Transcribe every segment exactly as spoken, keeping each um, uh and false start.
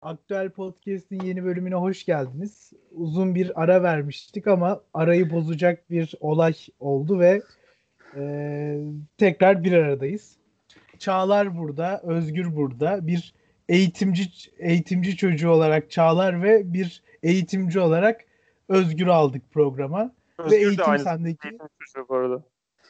Aktüel Podcast'in yeni bölümüne hoş geldiniz. Uzun bir ara vermiştik ama arayı bozacak bir olay oldu ve e, tekrar bir aradayız. Çağlar burada, Özgür burada. Bir eğitimci eğitimci çocuğu olarak Çağlar ve bir eğitimci olarak Özgür'ü aldık programa. Ve Özgür de eğitim aynı sendeki eğitim çocuğu bu arada.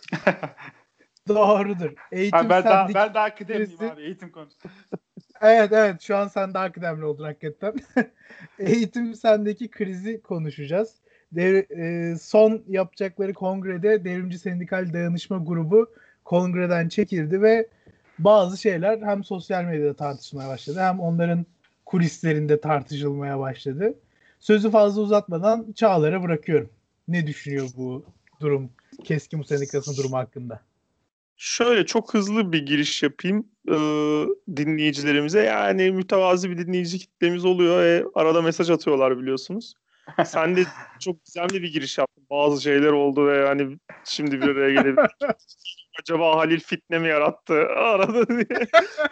doğrudur. Ha, Eğitim ben daha sendeki ben daha kıdemliyim krizi abi eğitim konusunda. Evet evet şu an sen daha kıdemli oldun hakikaten. Eğitim sendeki krizi konuşacağız. Dev- e, son yapacakları kongrede Devrimci Sendikal Dayanışma Grubu kongreden çekildi ve bazı şeyler hem sosyal medyada tartışılmaya başladı hem onların kulislerinde tartışılmaya başladı. Sözü fazla uzatmadan Çağlar'a bırakıyorum. Ne düşünüyor bu durum, Keskin Sendikası'nın durumu hakkında? Şöyle çok hızlı bir giriş yapayım e, dinleyicilerimize. Yani mütevazi bir dinleyici kitlemiz oluyor ve arada mesaj atıyorlar biliyorsunuz. Sen de çok gizemli bir giriş yaptın. Bazı şeyler oldu ve hani şimdi bir araya gelebildik. Acaba Halil fitne mi yarattı arada diye.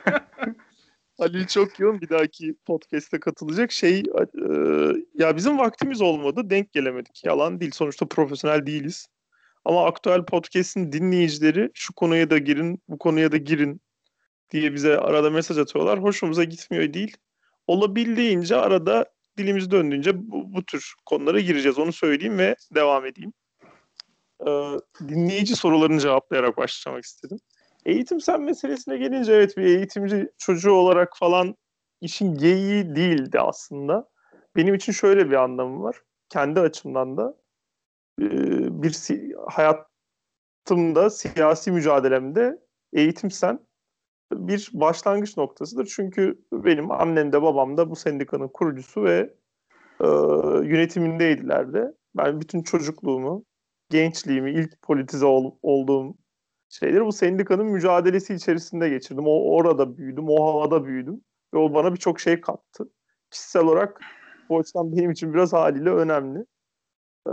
Halil çok yoğun, bir dahaki podcast'e katılacak. Şey e, ya bizim vaktimiz olmadı, denk gelemedik. Yalan değil. Sonuçta profesyonel değiliz. Ama aktüel podcast'in dinleyicileri şu konuya da girin, bu konuya da girin diye bize arada mesaj atıyorlar. Hoşumuza gitmiyor değil. Olabildiğince arada dilimiz döndüğünce bu, bu tür konulara gireceğiz. Onu söyleyeyim ve devam edeyim. Ee, dinleyici sorularını cevaplayarak başlamak istedim. Eğitim sen meselesine gelince evet, bir eğitimci çocuğu olarak falan işin geyiği değildi aslında. Benim için şöyle bir anlamı var. Kendi açımdan da e, bir si- hayatımda, siyasi mücadelemde eğitim sen bir başlangıç noktasıdır. Çünkü benim annem de babam da bu sendikanın kurucusu ve e, yönetimindeydiler de. Ben bütün çocukluğumu, gençliğimi, ilk politize ol, olduğum şeyleri bu sendikanın mücadelesi içerisinde geçirdim. O orada büyüdüm, o havada büyüdüm ve o bana birçok şey kattı. Kişisel olarak bu açıdan benim için biraz haliyle önemli. Ee,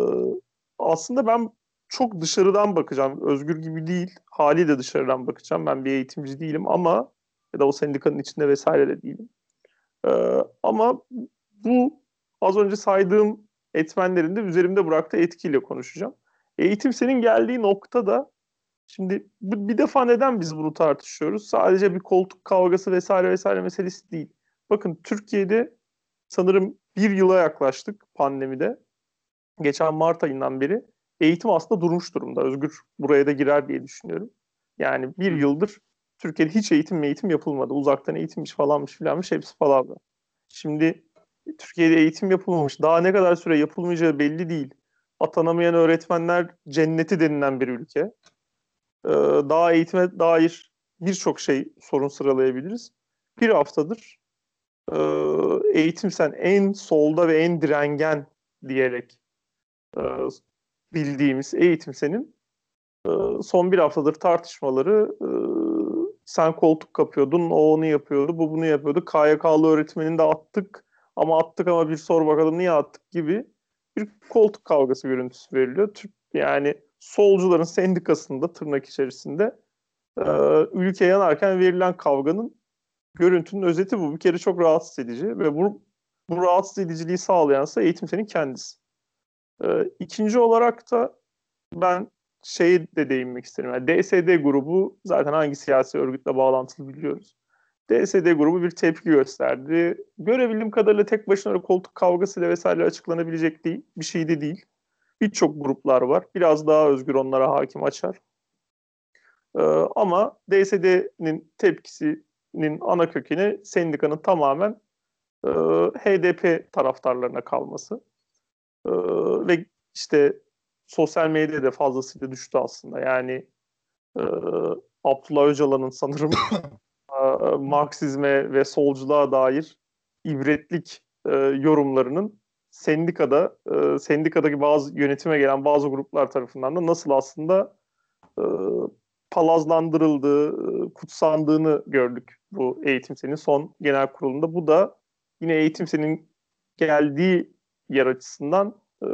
aslında ben çok dışarıdan bakacağım. Özgür gibi değil. Haliyle dışarıdan bakacağım. Ben bir eğitimci değilim ama ya da o sendikanın içinde vesaire de değilim. Ee, ama bu az önce saydığım etmenlerin de üzerimde bıraktığı etkiyle konuşacağım. Eğitim senin geldiği noktada şimdi bu- bir defa neden biz bunu tartışıyoruz? Sadece bir koltuk kavgası vesaire vesaire meselesi değil. Bakın Türkiye'de sanırım bir yıla yaklaştık pandemide. Geçen Mart ayından beri eğitim aslında durmuş durumda. Özgür buraya da girer diye düşünüyorum. Yani bir yıldır Türkiye'de hiç eğitim eğitim yapılmadı. Uzaktan eğitimmiş falanmış filanmış hepsi palavra. Şimdi Türkiye'de eğitim yapılmamış. Daha ne kadar süre yapılmayacağı belli değil. Atanamayan öğretmenler cenneti denilen bir ülke. Ee, daha eğitime dair birçok şey sorun sıralayabiliriz. Bir haftadır e, eğitim sen en solda ve en direngen diyerek e, bildiğimiz eğitim senin e, son bir haftadır tartışmaları e, sen koltuk kapıyordun, o onu yapıyordu, bu bunu yapıyordu. K Y K'lı öğretmenini de attık ama attık ama bir sor bakalım niye attık gibi bir koltuk kavgası görüntüsü veriliyor. Türk, yani solcuların sendikasında tırnak içerisinde e, ülke yanarken verilen kavganın görüntünün özeti bu. Bir kere çok rahatsız edici ve bu, bu rahatsız ediciliği sağlayansa eğitim senin kendisi. E, ikinci olarak da ben şeyi de değinmek isterim. Yani D S D grubu zaten hangi siyasi örgütle bağlantılı biliyoruz. D S D grubu bir tepki gösterdi. Görebildiğim kadarıyla tek başına öyle koltuk kavgasıyla vesaire açıklanabilecek değil, bir şey de değil. Birçok gruplar var. Biraz daha Özgür onlara hakim açar. Ee, ama D S D'nin tepkisinin ana kökeni sendikanın tamamen e, H D P taraftarlarına kalması. Ee, ve işte sosyal medyada fazlasıyla düştü aslında. Yani e, Abdullah Öcalan'ın sanırım e, Marksizme ve solculuğa dair ibretlik e, yorumlarının sendikada, e, sendikadaki bazı yönetime gelen bazı gruplar tarafından da nasıl aslında e, palazlandırıldığı, e, kutsandığını gördük bu Eğitim Sen'in son genel kurulunda. Bu da yine Eğitim Sen'in geldiği yer açısından e,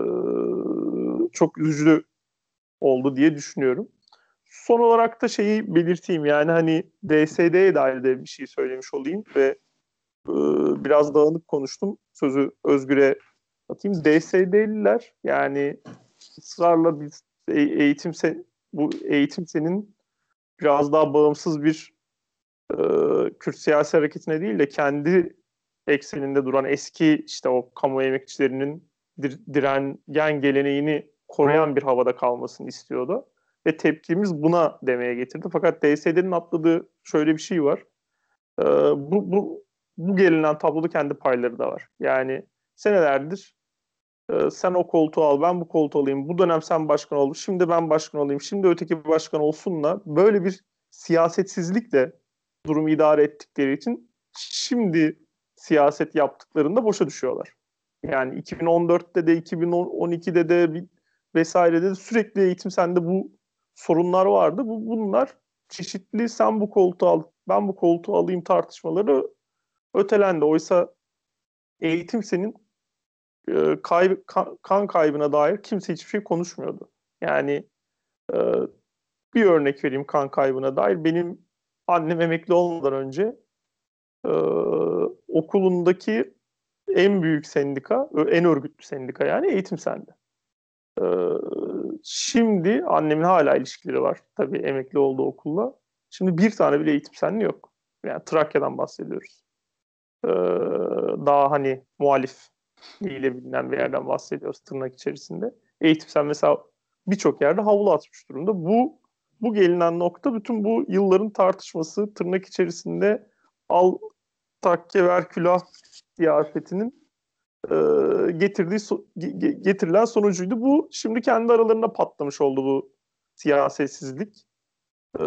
çok üzücü oldu diye düşünüyorum. Son olarak da şeyi belirteyim, yani hani D S D'ye dair de bir şey söylemiş olayım ve e, biraz dağınık konuştum. Sözü Özgür'e atayım. D S D'liler yani ısrarla biz e- eğitim sen, bu eğitim senin biraz daha bağımsız bir e, Kürt siyasi hareketine değil de kendi ekseninde duran eski işte o kamu emekçilerinin dir, direngen geleneğini koruyan bir havada kalmasını istiyordu. Ve tepkimiz buna demeye getirdi. Fakat D S D'nin atladığı şöyle bir şey var. E, bu, bu, bu gelinen tabloda kendi payları da var. Yani senelerdir e, sen o koltuğu al, ben bu koltuğu alayım. Bu dönem sen başkan ol, şimdi ben başkan olayım, şimdi öteki başkan olsunla böyle bir siyasetsizlikle durumu idare ettikleri için şimdi siyaset yaptıklarında boşa düşüyorlar. Yani iki bin on dörtte de iki bin on ikide de bir vesairede de sürekli eğitim sende bu sorunlar vardı. Bu bunlar çeşitli sen bu koltuğu al, ben bu koltuğu alayım tartışmaları ötelendi. Oysa eğitim senin e, kayb kan, kan kaybına dair kimse hiçbir şey konuşmuyordu. Yani e, bir örnek vereyim kan kaybına dair. Benim annem emekli olmadan önce e, okulundaki en büyük sendika, en örgütlü sendika yani Eğitim Sen'di. E, Şimdi annemin hala ilişkileri var tabii emekli olduğu okulla. Şimdi bir tane bile Eğitim Sen'li yok. Yani Trakya'dan bahsediyoruz. E, Daha hani muhalif ile bilinen bir yerden bahsediyoruz tırnak içerisinde. Eğitim Sen mesela birçok yerde havlu atmış durumda. Bu bu gelinen nokta bütün bu yılların tartışması tırnak içerisinde al takke ver külah siyasetinin e, getirdiği so- ge- getirilen sonucuydu. Bu şimdi kendi aralarında patlamış oldu bu siyasetsizlik. E,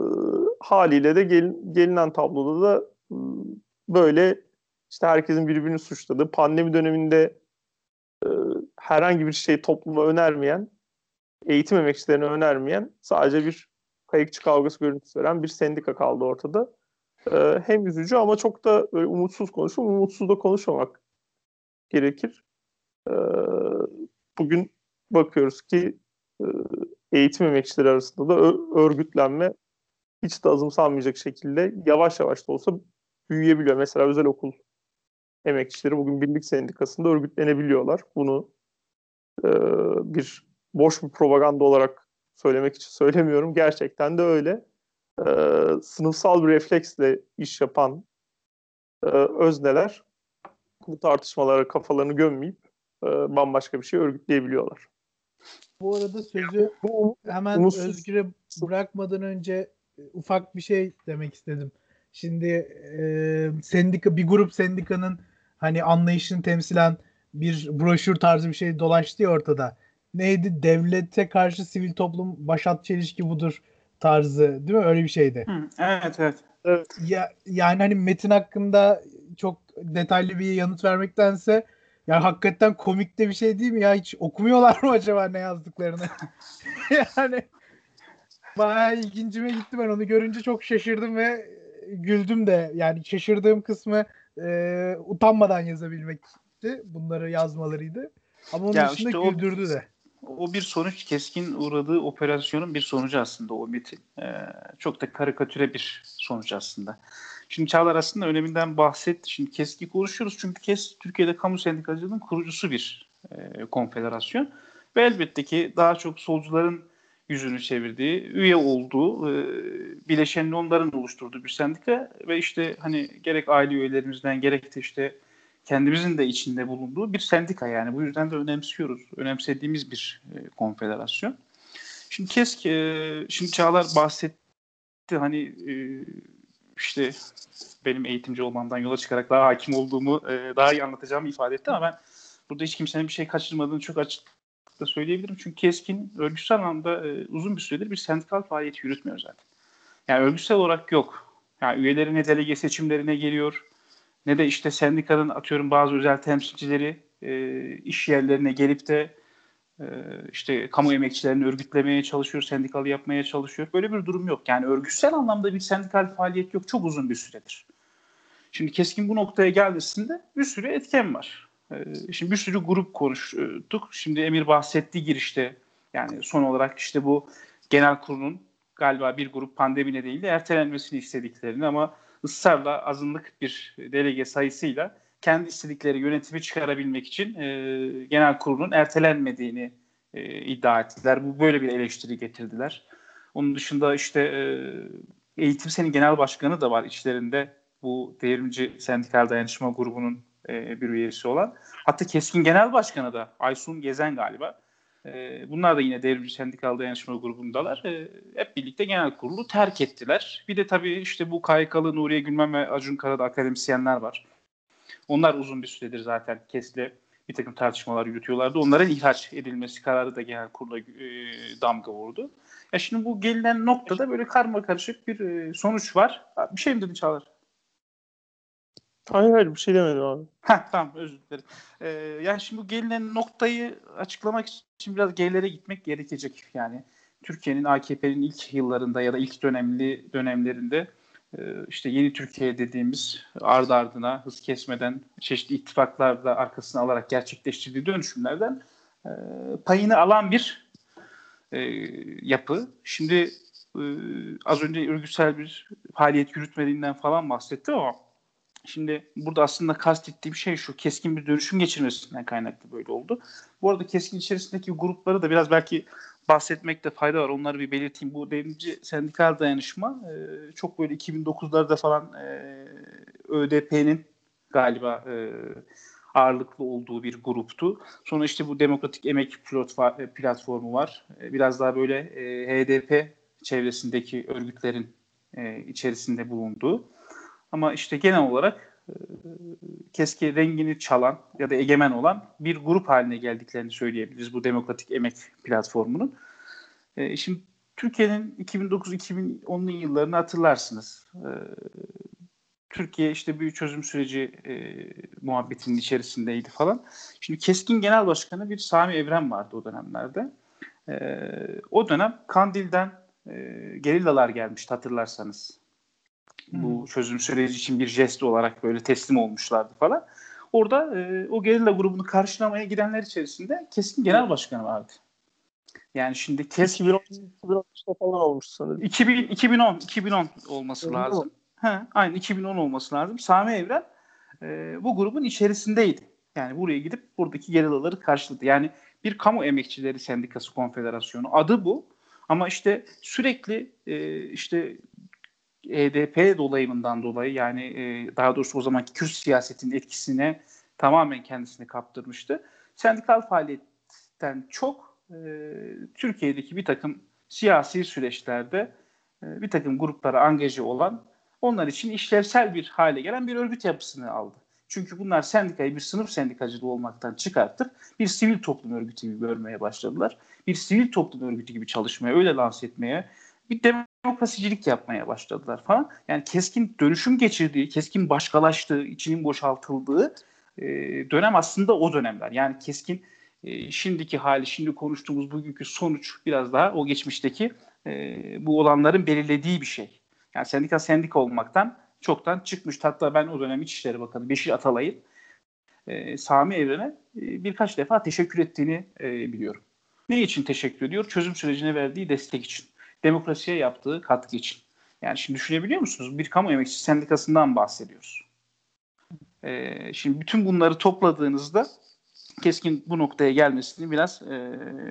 Haliyle de gel, gelinen tabloda da e, böyle işte herkesin birbirini suçladığı pandemi döneminde e, herhangi bir şey topluma önermeyen, eğitim emekçilerine önermeyen sadece bir kayıkçı kavgası görüntüsü veren bir sendika kaldı ortada. E, hem üzücü ama çok da böyle umutsuz konuşup umutsuz da konuşmamak gerekir. E, Bugün bakıyoruz ki e, eğitim emekçileri arasında da ö- örgütlenme hiç de azımsanmayacak şekilde yavaş yavaş da olsa büyüyebiliyor. Mesela özel okul emekçileri bugün birlik sendikasında örgütlenebiliyorlar. Bunu e, bir boş bir propaganda olarak söylemek için söylemiyorum. Gerçekten de öyle. E, sınıfsal bir refleksle iş yapan e, özneler bu tartışmalara kafalarını gömmeyip e, bambaşka bir şey örgütleyebiliyorlar. Bu arada sözü Bu hemen umutsuz. Özgür'e bırakmadan önce e, ufak bir şey demek istedim. Şimdi e, sendika bir grup sendikanın hani anlayışını temsilen bir broşür tarzı bir şey dolaştı ya ortada. Neydi? Devlete karşı sivil toplum başat çelişki budur tarzı, değil mi? Öyle bir şeydi. Hı, evet evet. Evet. Ya yani hani metin hakkında çok detaylı bir yanıt vermektense ya hakikaten komik de bir şey değil mi ya? Hiç okumuyorlar mı acaba ne yazdıklarını? Yani bayağı ilgincime gitti, ben onu görünce çok şaşırdım ve güldüm de. Yani şaşırdığım kısmı e, utanmadan yazabilmekti. Bunları yazmalarıydı. Ama onun Ya dışında işte o güldürdü de. o bir sonuç, keskin uğradığı operasyonun bir sonucu aslında o metin. Ee, çok da karikatüre bir sonuç aslında. Şimdi Çağlar aslında öneminden bahsetti. Şimdi KESK'i konuşuyoruz çünkü KESK Türkiye'de kamu sendikacılığının kurucusu bir e, konfederasyon. Ve elbette ki daha çok solcuların yüzünü çevirdiği, üye olduğu, e, bileşenli onların oluşturduğu bir sendika ve işte hani gerek aile üyelerimizden gerek de işte kendimizin de içinde bulunduğu bir sendika yani. Bu yüzden de önemsiyoruz. Önemsediğimiz bir e, konfederasyon. Şimdi KESK, e, şimdi Çağlar bahsetti hani e, işte benim eğitimci olmamdan yola çıkarak daha hakim olduğumu, e, daha iyi anlatacağımı ifade etti ama ben burada hiç kimsenin bir şey kaçırmadığını çok açıklıkla söyleyebilirim. Çünkü KESK'in örgütsel anlamda e, uzun bir süredir bir sendikal faaliyet yürütmüyor zaten. Yani örgütsel olarak yok. Yani üyeleri ne delege seçimlerine geliyor, ne de işte sendikanın atıyorum bazı özel temsilcileri e, iş yerlerine gelip de e, işte kamu emekçilerini örgütlemeye çalışıyor, sendikalı yapmaya çalışıyor. Böyle bir durum yok. Yani örgütsel anlamda bir sendikal faaliyet yok çok uzun bir süredir. Şimdi KESK'in bu noktaya gelmesinde bir sürü etken var. E, şimdi bir sürü grup konuştuk. Şimdi Emir bahsettiği girişte yani son olarak işte bu genel kurulun galiba bir grup pandemi nedeniyle ertelenmesini istediklerini ama ısrarla azınlık bir delege sayısıyla kendi istedikleri yönetimi çıkarabilmek için e, genel kurulun ertelenmediğini e, iddia ettiler. Bu böyle bir eleştiri getirdiler. Onun dışında işte e, Eğitim Sen'in genel başkanı da var içlerinde. Bu Devrimci Sendikal Dayanışma grubunun e, bir üyesi olan. Hatta Keskin Genel Başkanı da Aysun Gezen galiba. E, bunlar da yine Devrimci Sendikal Dayanışma grubundalar. E, hep birlikte genel kurulu terk ettiler. Bir de tabii işte bu K Y K'lı Nuriye Gülmen ve Acun Kara'da akademisyenler var. Onlar uzun bir süredir zaten KES'le bir takım tartışmalar yürütüyorlardı. Onların ihraç edilmesi kararı da genel kurula e, damga vurdu. Ya şimdi bu gelinen noktada böyle karma karışık bir e, sonuç var. Bir şey mi dedin Çağlar? Hayır hayır bir şey demedim abi. Heh, tamam özür dilerim. Ee, yani şimdi bu gelinen noktayı açıklamak için biraz gerilere gitmek gerekecek. Yani Türkiye'nin A K P'nin ilk yıllarında ya da ilk dönemli dönemlerinde e, işte yeni Türkiye dediğimiz ardı ardına hız kesmeden çeşitli ittifaklarda arkasına alarak gerçekleştirdiği dönüşümlerden e, payını alan bir e, yapı. Şimdi e, az önce örgütsel bir faaliyet yürütmediğinden falan bahsetti ama şimdi burada aslında kastettiğim şey şu, keskin bir dönüşüm geçirmesinden kaynaklı böyle oldu. Bu arada keskin içerisindeki grupları da biraz belki bahsetmekte fayda var. Onları bir belirteyim. Bu devrimci sendikal dayanışma e, çok böyle iki bin dokuzlarda falan e, ÖDP'nin galiba e, ağırlıklı olduğu bir gruptu. Sonra işte bu Demokratik Emek Platformu var. E, biraz daha böyle e, H D P çevresindeki örgütlerin e, içerisinde bulunduğu. Ama işte genel olarak e, keski rengini çalan ya da egemen olan bir grup haline geldiklerini söyleyebiliriz bu Demokratik Emek Platformu'nun. E, şimdi Türkiye'nin iki bin dokuz iki bin onlu yıllarını hatırlarsınız. E, Türkiye işte bir çözüm süreci e, muhabbetinin içerisindeydi falan. Şimdi KESK'in genel başkanı bir Sami Evren vardı o dönemlerde. E, o dönem Kandil'den e, gerillalar gelmişti hatırlarsanız. Bu çözüm süreci için bir jest olarak böyle teslim olmuşlardı falan. Orada e, o gerilla grubunu karşılamaya gidenler içerisinde KESK'in genel başkanı vardı. Yani şimdi KESK iki bin on iki bin on üçte falan olmuş sanırım. iki bin, iki bin on iki bin on olması Öyle lazım. He, aynen iki bin on olması lazım. Sami Evren e, bu grubun içerisindeydi. Yani buraya gidip buradaki gerillaları karşıladı. Yani bir kamu emekçileri sendikası konfederasyonu adı bu. Ama işte sürekli e, işte H D P dolayımından dolayı yani e, daha doğrusu o zamanki Kürt siyasetinin etkisine tamamen kendisini kaptırmıştı. Sendikal faaliyetten çok e, Türkiye'deki bir takım siyasi süreçlerde e, bir takım gruplara angaje olan, onlar için işlevsel bir hale gelen bir örgüt yapısını aldı. Çünkü bunlar sendikayı bir sınıf sendikacılığı olmaktan çıkartıp bir sivil toplum örgütü gibi görmeye başladılar. Bir sivil toplum örgütü gibi çalışmaya, öyle lanse etmeye, bir demokrasicilik yapmaya başladılar falan. Yani keskin dönüşüm geçirdiği, keskin başkalaştığı, içinin boşaltıldığı e, dönem aslında o dönemler. Yani keskin e, şimdiki hali, şimdi konuştuğumuz bugünkü sonuç biraz daha o geçmişteki e, bu olanların belirlediği bir şey. Yani sendika sendika olmaktan çoktan çıkmış. Hatta ben o dönem İçişleri Bakanı Beşir Atalay'ın e, Sami Evren'e e, birkaç defa teşekkür ettiğini e, biliyorum. Ne için teşekkür ediyor? Çözüm sürecine verdiği destek için. Demokrasiye yaptığı katkı için. Yani şimdi düşünebiliyor musunuz? Bir kamu emekçi sendikasından bahsediyoruz. Ee, şimdi bütün bunları topladığınızda keskin bu noktaya gelmesini biraz e,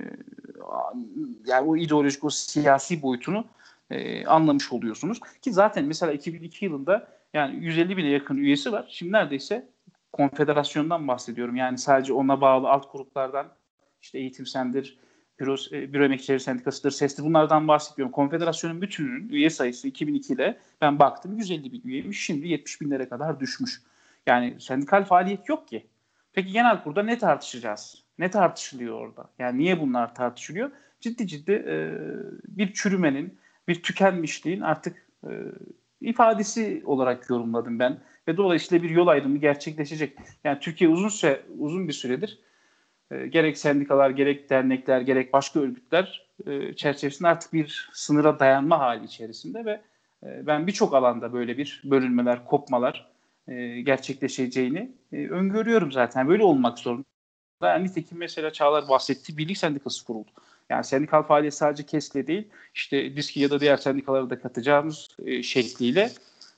yani o ideolojik, o siyasi boyutunu e, anlamış oluyorsunuz. Ki zaten mesela iki bin iki yılında yani yüz elli bine yakın üyesi var. Şimdi neredeyse konfederasyondan bahsediyorum. Yani sadece ona bağlı alt gruplardan işte Eğitim Sen'dir, Büro, e, Büro Emekçileri Sendikası'dır, SES'tir, bunlardan bahsetmiyorum. Konfederasyonun bütününün üye sayısı iki bin ikide ben baktım yüz elli bin üyeymiş. Şimdi yetmiş binlere kadar düşmüş. Yani sendikal faaliyet yok ki. Peki genel kurulda ne tartışacağız? Ne tartışılıyor orada? Yani niye bunlar tartışılıyor? Ciddi ciddi e, bir çürümenin, bir tükenmişliğin artık e, ifadesi olarak yorumladım ben. Ve dolayısıyla bir yol ayrımı gerçekleşecek. Yani Türkiye uzun süre, uzun bir süredir e, gerek sendikalar, gerek dernekler, gerek başka örgütler e, çerçevesinde artık bir sınıra dayanma hali içerisinde ve e, ben birçok alanda böyle bir bölünmeler, kopmalar e, gerçekleşeceğini e, öngörüyorum zaten. Böyle olmak zorunda. Yani nitekim mesela Çağlar bahsetti, birlik sendikası kuruldu. Yani sendikal faaliyet sadece KESK'le değil, işte DİSKİ ya da diğer sendikalara da katacağımız e, şekliyle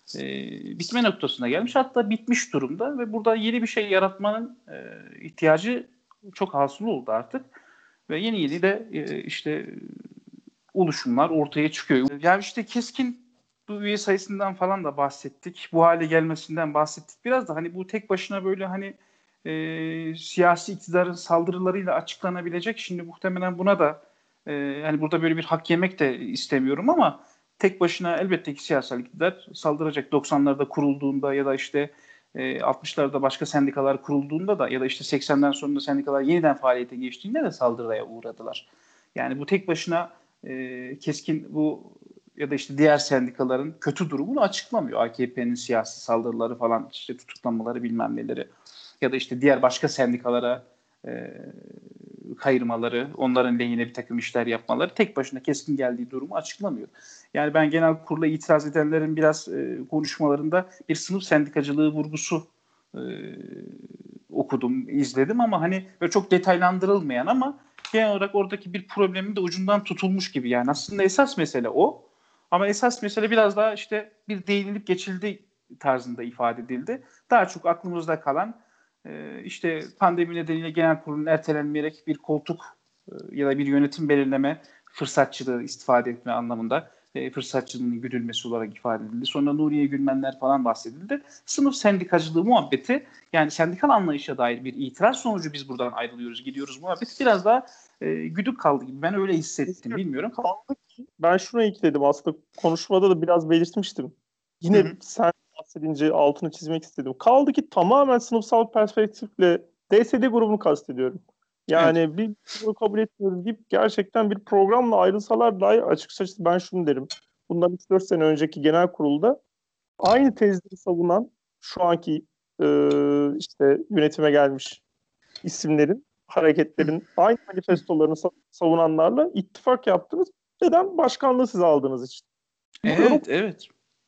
e, bitme noktasına gelmiş. Hatta bitmiş durumda ve burada yeni bir şey yaratmanın e, ihtiyacı çok hasıl oldu artık. Ve yeni yeni de e, işte oluşumlar ortaya çıkıyor. Yani işte keskin bu üye sayısından falan da bahsettik. Bu hale gelmesinden bahsettik. Biraz da hani bu tek başına böyle hani e, siyasi iktidarın saldırılarıyla açıklanabilecek. Şimdi muhtemelen buna da e, yani burada böyle bir hak yemek de istemiyorum ama tek başına elbette ki siyasal iktidar saldıracak. doksanlarda kurulduğunda ya da işte e, altmışlarda başka sendikalar kurulduğunda da ya da işte seksenden sonra sendikalar yeniden faaliyete geçtiğinde de saldırıya uğradılar. Yani bu tek başına e, keskin bu ya da işte diğer sendikaların kötü durumunu açıklamıyor. A K P'nin siyasi saldırıları falan, işte tutuklamaları bilmem neleri ya da işte diğer başka sendikalara e, kayırmaları, onların lehine bir takım işler yapmaları tek başına keskin geldiği durumu açıklamıyor. Yani ben genel kurula itiraz edenlerin biraz e, konuşmalarında bir sınıf sendikacılığı vurgusu e, okudum, izledim ama hani böyle çok detaylandırılmayan ama genel olarak oradaki bir problemin de ucundan tutulmuş gibi. Yani aslında esas mesele o. Ama esas mesele biraz daha işte bir değinilip geçildi tarzında ifade edildi. Daha çok aklımızda kalan e, işte pandemi nedeniyle genel kurulun ertelenmeyerek bir koltuk e, ya da bir yönetim belirleme fırsatçılığı istifade etme anlamında e, fırsatçılığının güdülmesi olarak ifade edildi. Sonra Nuriye Gülmenler falan bahsedildi. Sınıf sendikacılığı muhabbeti, yani sendikal anlayışa dair bir itiraz sonucu biz buradan ayrılıyoruz, gidiyoruz muhabbeti biraz daha e, güdük kaldı gibi. Ben öyle hissettim. Bilmiyorum. Kaldı ki ben şunu ekledim, aslında konuşmada da biraz belirtmiştim. Yine Hı hı. sen bahsedince altını çizmek istedim. Kaldı ki tamamen sınıfsal perspektifle D S D grubunu kastediyorum. Yani Evet. bir bunu kabul etmiyoruz deyip gerçekten bir programla ayrılsalar dahi açıkçası ben şunu derim. Bundan üç dört sene önceki genel kurulda aynı tezleri savunan şu anki e, işte yönetime gelmiş isimlerin, hareketlerin aynı manifestolarını sa- savunanlarla ittifak yaptınız. Neden? Başkanlığı siz aldığınız için. Bu yok. Evet, evet.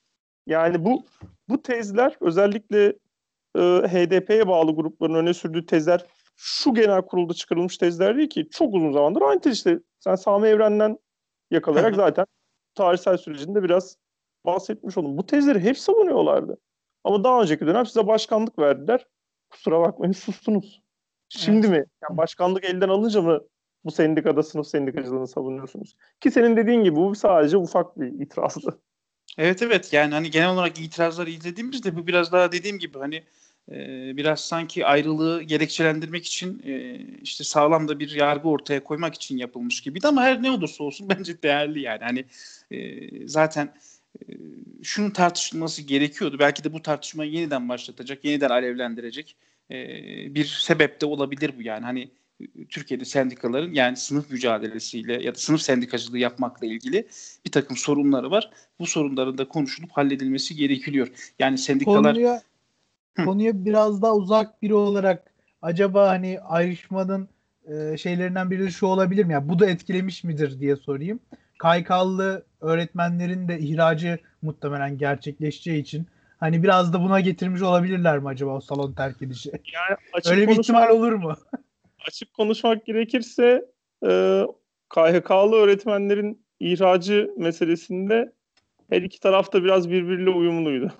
Yani bu bu tezler özellikle e, H D P'ye bağlı grupların öne sürdüğü tezler şu genel kurulda çıkarılmış tezler değil ki. Çok uzun zamandır aynı tez işte. Sen Sami Evren'den yakalayarak zaten tarihsel sürecinde biraz bahsetmiş oldum. Bu tezleri hep savunuyorlardı. Ama daha önceki dönem size başkanlık verdiler. Kusura bakmayın, sustunuz. Şimdi Evet. mi? Yani başkanlık elden alınca mı bu sendikada sınıf sendikacılığını savunuyorsunuz? Ki senin dediğin gibi bu sadece ufak bir itirazdı. Evet, evet. Yani hani genel olarak itirazları izlediğimizde bu biraz daha dediğim gibi hani e, biraz sanki ayrılığı gerekçelendirmek için e, işte sağlam da bir yargı ortaya koymak için yapılmış gibiydi ama her ne olursa olsun bence değerli yani. Hani e, zaten e, şunun tartışılması gerekiyordu. Belki de bu tartışmayı yeniden başlatacak, yeniden alevlendirecek e, bir sebep de olabilir bu yani. Hani Türkiye'de sendikaların yani sınıf mücadelesiyle ya da sınıf sendikacılığı yapmakla ilgili bir takım sorunları var. Bu sorunların da konuşulup halledilmesi gerekiyor. Yani sendikalar. Konuya Hı. konuya biraz daha uzak biri olarak acaba hani ayrışmanın e, şeylerinden biri de şu olabilir mi? Yani bu da etkilemiş midir diye sorayım. K Y K'lı öğretmenlerin de ihracı muhtemelen gerçekleşeceği için hani biraz da buna getirmiş olabilirler mi acaba o salon terk edişi? Yani açık Öyle bir konuşmak ihtimal olur mu? açık konuşmak gerekirse e, K H K'lı öğretmenlerin ihracı meselesinde her iki taraf da biraz birbiriyle uyumluydu.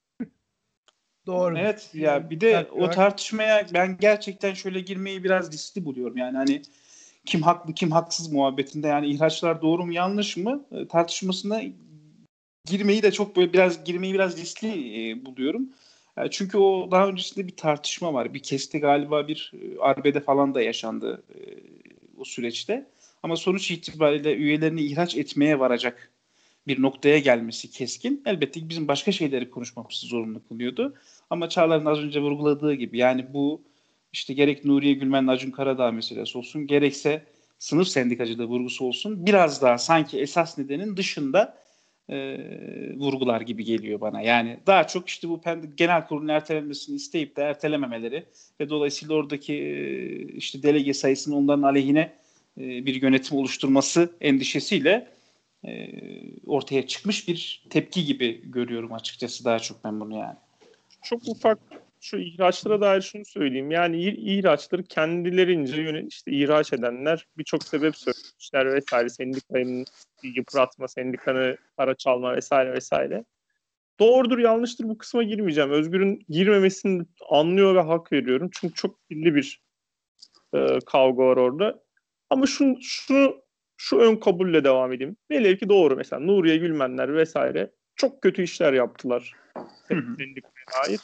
Doğrudur. Evet ya, Yani bir de farklı o var. tartışmaya ben gerçekten şöyle girmeyi biraz riskli buluyorum. Yani hani kim haklı kim haksız muhabbetinde, yani ihraçlar doğru mu yanlış mı e, tartışmasına girmeyi de çok böyle biraz girmeyi biraz riskli e, buluyorum. E, çünkü o daha öncesinde bir tartışma var. Bir keste galiba bir e, arbede falan da yaşandı e, o süreçte. Ama sonuç itibariyle üyelerini ihraç etmeye varacak bir noktaya gelmesi keskin. Elbette ki bizim başka şeyleri konuşmamızı zorunlu kılıyordu. Ama Çağlar'ın az önce vurguladığı gibi yani bu işte gerek Nuriye Gülmen, Acun Karadağ meselesi olsun, gerekse sınıf sendikacılığı vurgusu olsun, biraz daha sanki esas nedenin dışında e, vurgular gibi geliyor bana. Yani daha çok işte bu genel kurulun ertelenmesini isteyip de ertelememeleri ve dolayısıyla oradaki e, işte delege sayısının onların aleyhine e, bir yönetim oluşturması endişesiyle e, ortaya çıkmış bir tepki gibi görüyorum açıkçası daha çok ben bunu yani. Çok ufak şu ihraçlara dair şunu söyleyeyim. Yani ih- ihraçları kendilerince yönet işte ihraç edenler birçok sebep söylemişler vesaire. Sendikanın yıpratma, sendikanı para çalma vesaire vesaire. doğrudur yanlıştır bu kısma girmeyeceğim. Özgür'ün girmemesini anlıyor ve hak veriyorum. Çünkü çok kirli bir e, kavga var orada. Ama şunu, şunu şu ön kabulle devam edeyim. Velev ki doğru, mesela Nuriye Gülmenler vesaire çok kötü işler yaptılar. Sendikaya dair.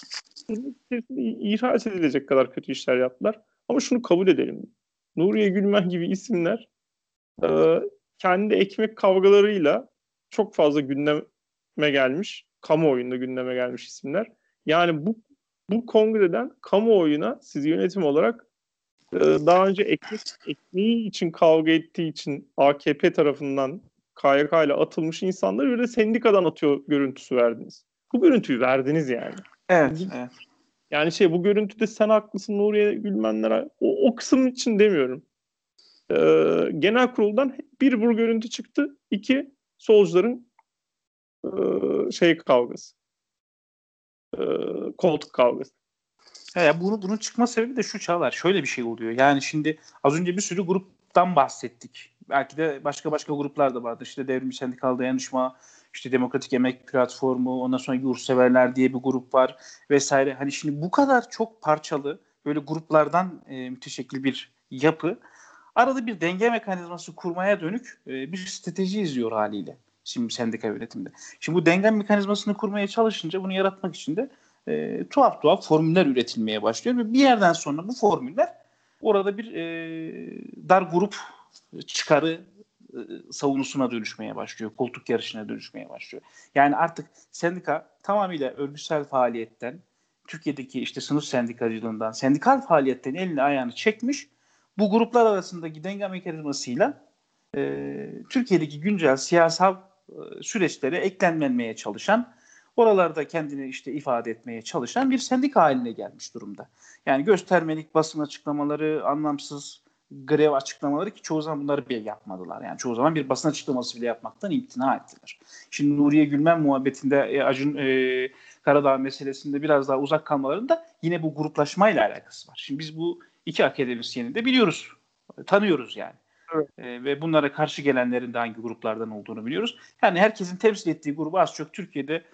İhraç edilecek kadar kötü işler yaptılar. Ama şunu kabul edelim. Nuriye Gülmen gibi isimler e, kendi ekmek kavgalarıyla çok fazla gündeme gelmiş, kamuoyunda gündeme gelmiş isimler. Yani bu bu kongreden kamuoyuna siz yönetim olarak e, daha önce ekmek ekmeği için kavga ettiği için A K P tarafından K Y K ile atılmış insanları böyle sendikadan atıyor görüntüsü verdiniz. Bu görüntüyü verdiniz yani. Evet, evet. Yani şey, bu görüntüde sen haklısın Nuriye Gülmenler, o, o kısım için demiyorum. Ee, genel kuruldan bir bu görüntü çıktı. İki, solcuların e, şey kavgası. E, koltuk kavgası. Ya bunu bunun çıkma sebebi de şu Çağlar. Şöyle bir şey oluyor. Yani şimdi az önce bir sürü gruptan bahsettik. Belki de başka başka gruplar da vardı. İşte Devrimci Sendikal Dayanışma, işte Demokratik Emek Platformu, ondan sonra Yurtseverler diye bir grup var vesaire. Hani şimdi bu kadar çok parçalı böyle gruplardan e, müteşekkil bir yapı arada bir denge mekanizması kurmaya dönük e, bir strateji izliyor haliyle. Şimdi sendika yönetiminde. Şimdi bu denge mekanizmasını kurmaya çalışınca bunu yaratmak için de e, tuhaf tuhaf formüller üretilmeye başlıyor ve bir yerden sonra bu formüller orada bir e, dar grup çıkarı e, savunusuna dönüşmeye başlıyor. Koltuk yarışına dönüşmeye başlıyor. Yani artık sendika tamamıyla örgütsel faaliyetten, Türkiye'deki işte sınıf sendikacılığından, sendikal faaliyetten elini ayağını çekmiş. Bu gruplar arasındaki denge mekanizmasıyla e, Türkiye'deki güncel siyasal e, süreçlere eklemlenmeye çalışan, oralarda kendini işte ifade etmeye çalışan bir sendika haline gelmiş durumda. Yani göstermelik basın açıklamaları, anlamsız grev açıklamaları, ki çoğu zaman bunları bile yapmadılar. Yani çoğu zaman bir basın açıklaması bile yapmaktan imtina ettiler. Şimdi Nuriye Gülmen muhabbetinde e, Acun e, Karadağ meselesinde biraz daha uzak kalmalarında yine bu gruplaşmayla alakası var. Şimdi biz bu iki akademisyeni de biliyoruz, tanıyoruz yani. Evet. E, ve bunlara karşı gelenlerin de hangi gruplardan olduğunu biliyoruz. Yani herkesin temsil ettiği grubu az çok Türkiye'de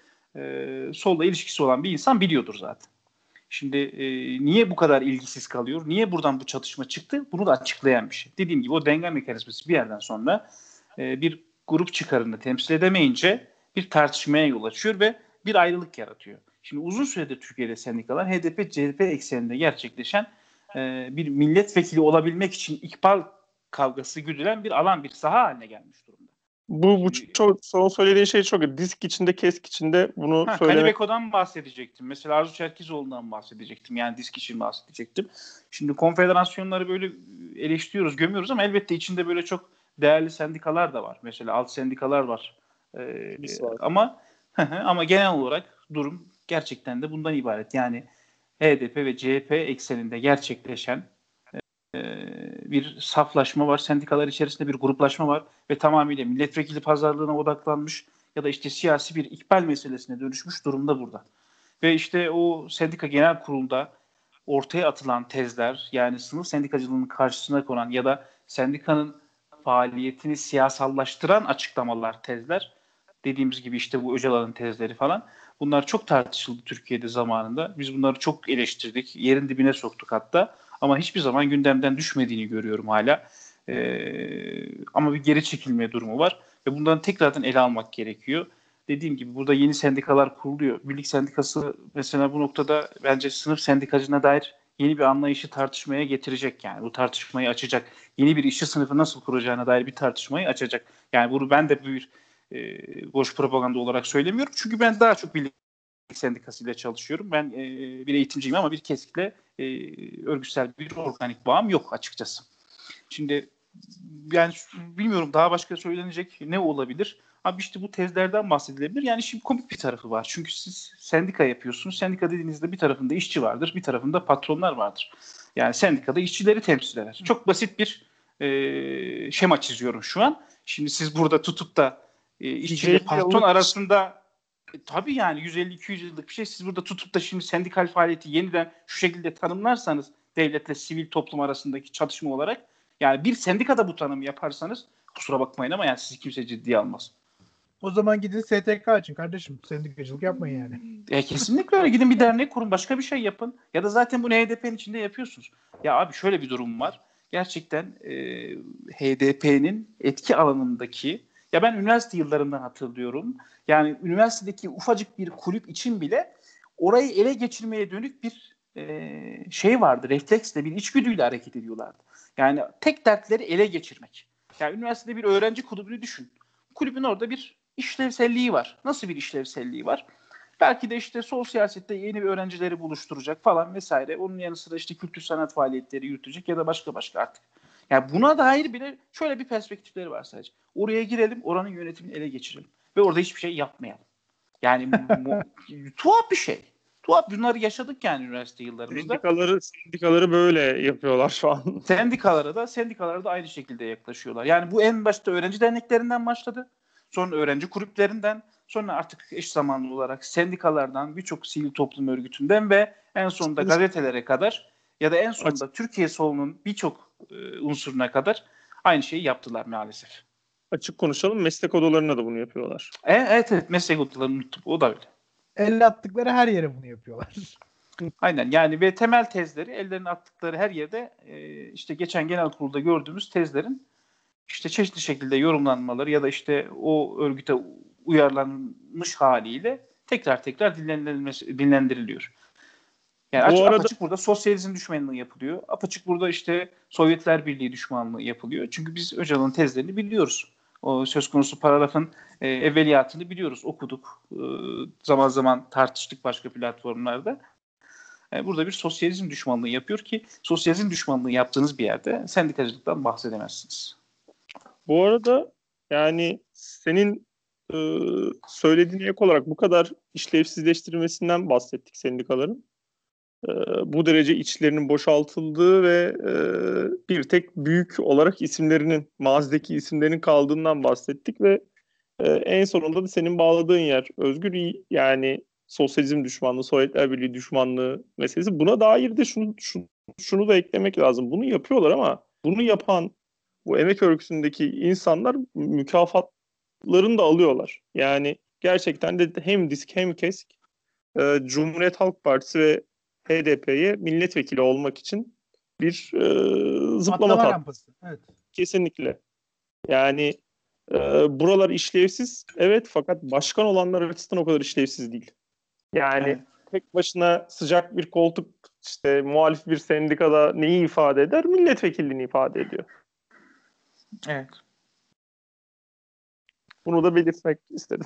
e, solla ilişkisi olan bir insan biliyordur zaten. Şimdi e, niye bu kadar ilgisiz kalıyor? Niye buradan bu çatışma çıktı? Bunu da açıklayan bir şey. Dediğim gibi o denge mekanizması bir yerden sonra e, bir grup çıkarını temsil edemeyince bir tartışmaya yol açıyor ve bir ayrılık yaratıyor. Şimdi uzun süredir Türkiye'de sendikalar H D P C H P ekseninde gerçekleşen e, bir milletvekili olabilmek için ikbal kavgası güdülen bir alan, bir saha haline gelmiş durumda. Bu, bu Şimdi, çok, son söylediğin şey çok. Disk içinde, kesk içinde bunu ha, söylemek. Kalibeko'dan bahsedecektim. Mesela Arzu Çerkezoğlu'ndan bahsedecektim. Yani disk için bahsedecektim. Şimdi konfederasyonları böyle eleştiriyoruz, gömüyoruz ama elbette içinde böyle çok değerli sendikalar da var. Mesela alt sendikalar var. Ee, var. ama ama genel olarak durum gerçekten de bundan ibaret. Yani H D P ve C H P ekseninde gerçekleşen bir saflaşma var. Sendikalar içerisinde bir gruplaşma var ve tamamıyla milletvekili pazarlığına odaklanmış ya da işte siyasi bir ikbal meselesine dönüşmüş durumda burada. Ve işte o sendika genel kurulda ortaya atılan tezler, yani sınıf sendikacılığının karşısına konan ya da sendikanın faaliyetini siyasallaştıran açıklamalar, tezler, dediğimiz gibi işte bu Öcalan'ın tezleri falan, bunlar çok tartışıldı Türkiye'de zamanında. Biz bunları çok eleştirdik, yerin dibine soktuk hatta. Ama hiçbir zaman gündemden düşmediğini görüyorum hala. Ee, ama bir geri çekilme durumu var ve bundan tekrardan ele almak gerekiyor. Dediğim gibi burada yeni sendikalar kuruluyor. Birlik Sendikası mesela bu noktada bence sınıf sendikacına dair yeni bir anlayışı tartışmaya getirecek yani. Bu tartışmayı açacak. Yeni bir işçi sınıfı nasıl kuracağına dair bir tartışmayı açacak. Yani bunu ben de bir e, boş propaganda olarak söylemiyorum. Çünkü ben daha çok birlik sendikasıyla çalışıyorum. Ben e, bir eğitimciyim ama bir KESK'le e, örgütsel bir organik bağım yok açıkçası. Şimdi yani bilmiyorum, daha başka söylenecek ne olabilir? Abi işte bu tezlerden bahsedilebilir. Yani şimdi komik bir tarafı var. Çünkü siz sendika yapıyorsunuz. Sendika dediğinizde bir tarafında işçi vardır, bir tarafında patronlar vardır. Yani sendikada işçileri temsil eder. Çok basit bir e, şema çiziyorum şu an. Şimdi siz burada tutup da e, işçi ile patron arasında e, tabii yani yüz elli iki yüz yıllık bir şey. Siz burada tutup da şimdi sendikal faaliyeti yeniden şu şekilde tanımlarsanız devletle sivil toplum arasındaki çatışma olarak, yani bir sendikada bu tanımı yaparsanız kusura bakmayın ama yani sizi kimse ciddiye almaz. O zaman gidin S T K açın kardeşim. Sendikacılık yapmayın yani. E, kesinlikle öyle. Gidin bir dernek kurun. Başka bir şey yapın. Ya da zaten bunu H D P'nin içinde yapıyorsunuz. Ya abi şöyle bir durum var. Gerçekten e, H D P'nin etki alanındaki, ya ben üniversite yıllarından hatırlıyorum. Yani üniversitedeki ufacık bir kulüp için bile orayı ele geçirmeye dönük bir e, şey vardı. Refleksle, bir içgüdüyle hareket ediyorlardı. Yani tek dertleri ele geçirmek. Yani üniversitede bir öğrenci kulübünü düşün. Kulübün orada bir işlevselliği var. Nasıl bir işlevselliği var? Belki de işte sol siyasette yeni bir öğrencileri buluşturacak falan vesaire. Onun yanı sıra işte kültür sanat faaliyetleri yürütecek ya da başka başka artık. Yani buna dair bile şöyle bir perspektifleri var sadece. Oraya girelim, oranın yönetimini ele geçirelim. Ve orada hiçbir şey yapmayalım. Yani mu- tuhaf bir şey. Tuhaf. Bunları yaşadık yani üniversite yıllarımızda. Sendikaları, sendikaları böyle yapıyorlar şu an. Sendikalara da, sendikalara da aynı şekilde yaklaşıyorlar. Yani bu en başta öğrenci derneklerinden başladı. Sonra öğrenci kulüplerinden, sonra artık eş zamanlı olarak sendikalardan, birçok sivil toplum örgütünden ve en sonunda gazetelere kadar ya da en sonunda Türkiye solunun birçok e, unsuruna kadar aynı şeyi yaptılar maalesef. Açık konuşalım, meslek odalarına da bunu yapıyorlar. E, evet evet meslek odalarını unuttum. O da öyle. Elle attıkları her yere bunu yapıyorlar. Aynen yani ve temel tezleri ellerine attıkları her yerde e, işte geçen genel kurulda gördüğümüz tezlerin işte çeşitli şekilde yorumlanmaları ya da işte o örgüte uyarlanmış haliyle tekrar tekrar dinlendirilmesi, dinlendiriliyor. Yani Bu açık, arada apaçık burada sosyalizm düşmanlığı yapılıyor. Apaçık burada işte Sovyetler Birliği düşmanlığı yapılıyor. Çünkü biz Öcalan'ın tezlerini biliyoruz. O söz konusu paragrafın e, evveliyatını biliyoruz, okuduk. E, zaman zaman tartıştık başka platformlarda. E, burada bir sosyalizm düşmanlığı yapıyor ki sosyalizm düşmanlığı yaptığınız bir yerde sendikacılıktan bahsedemezsiniz. bu arada yani senin e, söylediğin ek olarak bu kadar işlevsizleştirilmesinden bahsettik sendikaların. E, bu derece içlerinin boşaltıldığı ve e, bir tek büyük olarak isimlerinin, mazideki isimlerinin kaldığından bahsettik ve e, en sonunda da senin bağladığın yer Özgür, yani sosyalizm düşmanlığı, Sovyetler Birliği düşmanlığı meselesi. Buna dair de şunu, şunu, şunu da eklemek lazım. Bunu yapıyorlar ama bunu yapan bu emek örgütündeki insanlar mükafatlarını da alıyorlar. Yani gerçekten de hem disk hem kesk e, Cumhuriyet Halk Partisi ve H D P'ye milletvekili olmak için bir e, zıplama Atlama tat. rampası. Evet. Kesinlikle. Yani e, buralar işlevsiz. Evet, fakat başkan olanlar açısından o kadar işlevsiz değil. Yani Evet. tek başına sıcak bir koltuk işte muhalif bir sendikada neyi ifade eder? Milletvekilliğini ifade ediyor. Evet. Bunu da belirtmek istedim.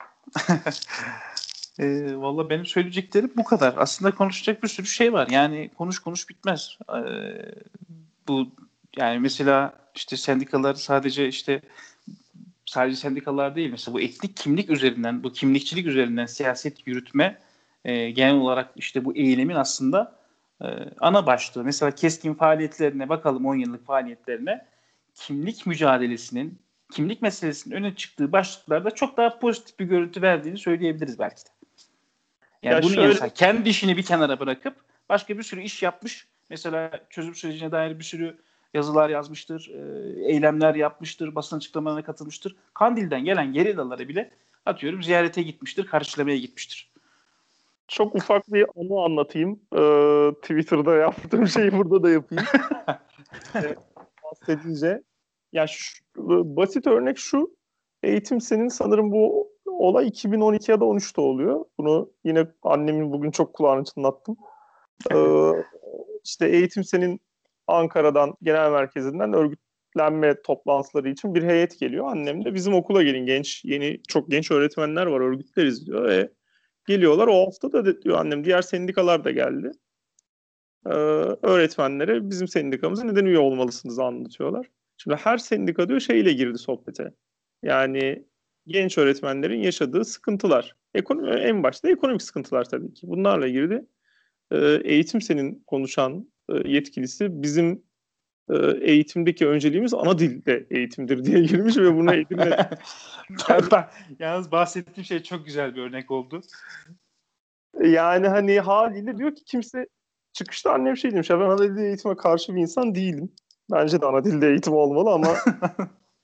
E, Valla benim söyleyeceklerim bu kadar. Aslında konuşacak bir sürü şey var. Yani konuş konuş bitmez. E, bu yani mesela işte sendikalar sadece işte sadece sendikalar değil. Mesela bu etnik kimlik üzerinden, bu kimlikçilik üzerinden siyaset yürütme e, genel olarak işte bu eğilimin aslında e, ana başlığı. Mesela keskin faaliyetlerine bakalım, on yıllık faaliyetlerine, kimlik mücadelesinin, kimlik meselesinin öne çıktığı başlıklarda çok daha pozitif bir görüntü verdiğini söyleyebiliriz belki de. Yani Ya bunun şöyle, yanı kendi işini bir kenara bırakıp başka bir sürü iş yapmış. Mesela çözüm sürecine dair bir sürü yazılar yazmıştır, eylemler yapmıştır, basın açıklamalarına katılmıştır. Kandil'den gelen gerillaları bile atıyorum ziyarete gitmiştir, karşılamaya gitmiştir. çok ufak bir anı anlatayım. Ee, Twitter'da yaptığım şeyi burada da yapayım. ee, bahsedince. Ya şu, basit örnek şu. Eğitim senin sanırım bu olay iki bin on iki ya da on üçte oluyor. Bunu yine annemin bugün çok kulağını çınlattım. Ee, işte Eğitim senin Ankara'dan, genel merkezinden örgütlenme toplantıları için bir heyet geliyor. Annem de bizim okula gelin, genç, yeni çok genç öğretmenler var, örgütleriz diyor ve geliyorlar. O hafta da diyor annem, diğer sendikalar da geldi. Ee, öğretmenlere bizim sendikamıza neden üye olmalısınız anlatıyorlar. Şimdi her sendika diyor şeyle girdi sohbete. Yani genç öğretmenlerin yaşadığı sıkıntılar. Ekonomi, en başta ekonomik sıkıntılar tabii ki. Bunlarla girdi. Ee, eğitim senin konuşan e, yetkilisi bizim e, eğitimdeki önceliğimiz ana dilde eğitimdir diye girmiş ve bunu Edirne... Yalnız bahsettiğim şey çok güzel bir örnek oldu. Yani hani haliyle diyor ki kimse, çıkışta annem şey demiş ya, ben ana dilde eğitime karşı bir insan değilim. Bence de ana dilde eğitim olmalı ama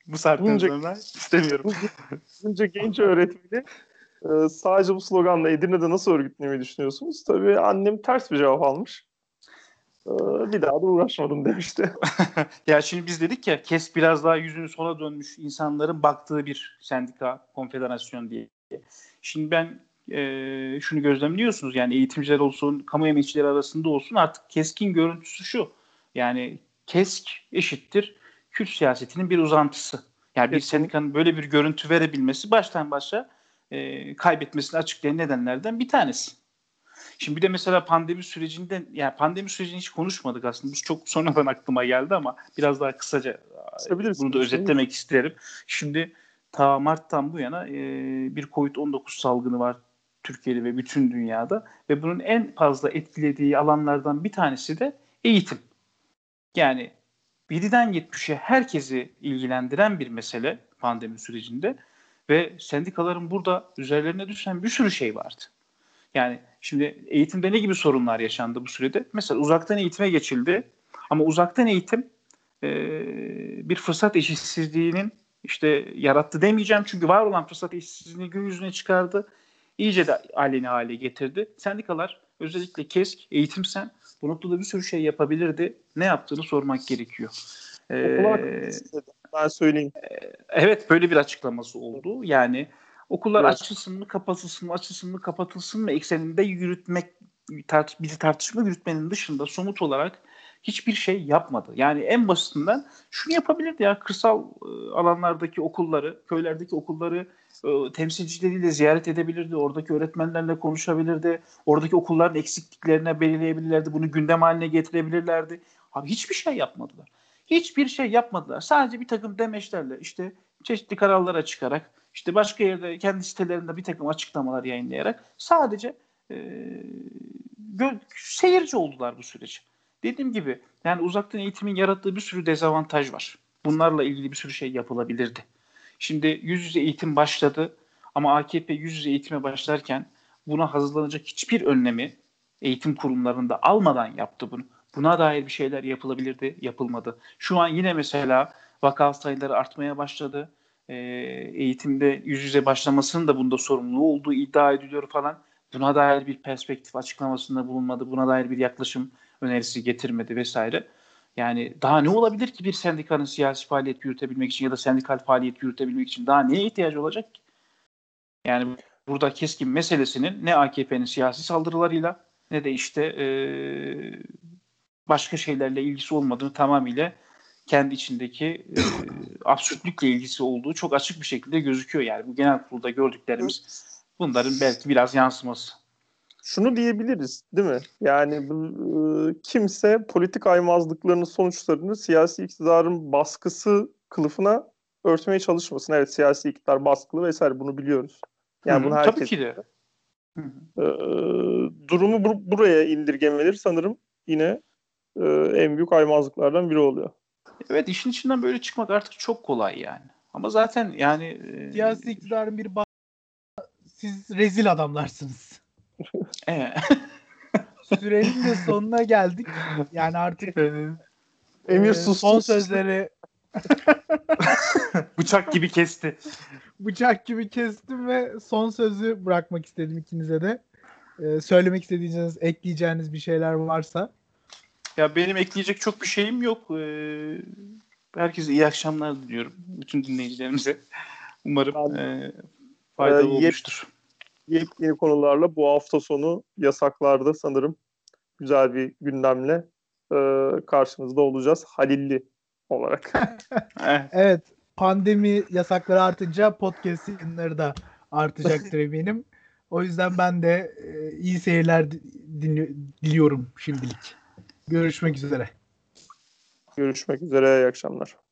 Bu saatten Bunca- sonra istemiyorum. Bunca genç öğretmeni e, sadece bu sloganla Edirne'de nasıl örgütlemeyi düşünüyorsunuz? Tabii annem ters bir cevap almış. E, bir daha da uğraşmadım demişti. Ya şimdi biz dedik ya KESK biraz daha yüzünü sola dönmüş insanların baktığı bir sendika, konfederasyon diye. Şimdi ben e, şunu gözlemliyorsunuz yani eğitimciler olsun, kamu emekçileri arasında olsun artık KESK'in görüntüsü şu. Yani KESK eşittir Kürt siyasetinin bir uzantısı. Yani bir Kesinlikle. sendikanın böyle bir görüntü verebilmesi baştan başa e, kaybetmesini açıklayan nedenlerden bir tanesi. Şimdi bir de mesela pandemi sürecinde, yani pandemi sürecini hiç konuşmadık aslında. Bu çok sonradan aklıma geldi ama biraz daha kısaca bunu da özetlemek isterim. Şimdi ta Mart'tan bu yana e, bir kovid on dokuz salgını var Türkiye'de ve bütün dünyada ve bunun en fazla etkilediği alanlardan bir tanesi de eğitim. Yani birden yetmişe herkesi ilgilendiren bir mesele pandemi sürecinde ve sendikaların burada üzerlerine düşen bir sürü şey vardı. Yani şimdi eğitimde ne gibi sorunlar yaşandı bu sürede? Mesela uzaktan eğitime geçildi ama uzaktan eğitim e, bir fırsat eşitsizliğinin işte yarattı demeyeceğim çünkü var olan fırsat eşitsizliğini gün yüzüne çıkardı. İyice de aleni hale getirdi. Sendikalar özellikle KESK, Eğitimsen bu noktada bir sürü şey yapabilirdi. Ne yaptığını sormak gerekiyor. Ee, ben söyleyeyim. Evet böyle bir açıklaması oldu. Yani okullar Evet. açılsın mı kapatılsın mı açılsın mı kapatılsın mı ekseninde yürütmek tart bir tartışma yürütmenin dışında somut olarak hiçbir şey yapmadı. Yani en basitinden şunu yapabilirdi ya kırsal e, alanlardaki okulları, köylerdeki okulları e, temsilcileriyle ziyaret edebilirdi. Oradaki öğretmenlerle konuşabilirdi. Oradaki okulların eksikliklerine belirleyebilirlerdi. Bunu gündem haline getirebilirlerdi. Abi hiçbir şey yapmadılar. Hiçbir şey yapmadılar. Sadece bir takım demeçlerle işte çeşitli kararlara çıkarak işte başka yerde kendi sitelerinde bir takım açıklamalar yayınlayarak sadece e, gö- seyirci oldular bu süreci. Dediğim gibi yani uzaktan eğitimin yarattığı bir sürü dezavantaj var. Bunlarla ilgili bir sürü şey yapılabilirdi. Şimdi yüz yüze eğitim başladı ama A K P yüz yüze eğitime başlarken buna hazırlanacak hiçbir önlemi eğitim kurumlarında almadan yaptı bunu. Buna dair bir şeyler yapılabilirdi, yapılmadı. Şu an yine mesela vaka sayıları artmaya başladı. E, eğitimde yüz yüze başlamasının da bunda sorumlu olduğu iddia ediliyor falan. Buna dair bir perspektif açıklamasında bulunmadı. Buna dair bir yaklaşım önerisi getirmedi vesaire. Yani daha ne olabilir ki bir sendikanın siyasi faaliyet yürütebilmek için ya da sendikal faaliyet yürütebilmek için daha neye ihtiyacı olacak ki? Yani burada keskin meselesinin ne A K P'nin siyasi saldırılarıyla ne de işte e, başka şeylerle ilgisi olmadığını tamamıyla kendi içindeki e, absürtlükle ilgisi olduğu çok açık bir şekilde gözüküyor. Yani bu genel kurulda gördüklerimiz bunların belki biraz yansıması. Şunu diyebiliriz değil mi? Yani bu, e, kimse politik aymazlıklarının sonuçlarını siyasi iktidarın baskısı kılıfına örtmeye çalışmasın. Evet siyasi iktidar baskılı vesaire bunu biliyoruz. Yani Hı-hı, bunu tabii herkes ki de. e, durumu bu, buraya indirgemeleri sanırım yine e, en büyük aymazlıklardan biri oluyor. Evet işin içinden böyle çıkmak artık çok kolay yani. Ama zaten yani e, Siyasi iktidarın bir ba- siz rezil adamlarsınız. e, Sürenin de sonuna geldik. Yani artık Emir e, sus son sus. sözleri bıçak gibi kesti. bıçak gibi kestim ve son sözü bırakmak istedim ikinize de. E, söylemek istediğiniz, ekleyeceğiniz bir şeyler varsa. Ya benim ekleyecek çok bir şeyim yok. Ee, herkese iyi akşamlar diliyorum. Bütün dinleyicilerimize. Umarım e, faydalı e, olmuştur. Yepyeni konularla bu hafta sonu yasaklarda sanırım güzel bir gündemle e, karşınızda olacağız. Halilli olarak. Evet. Evet, pandemi yasakları artınca podcast yayınları da artacaktır eminim. O yüzden ben de e, iyi seyirler di- dinli- diliyorum şimdilik. Görüşmek üzere. Görüşmek üzere. İyi akşamlar.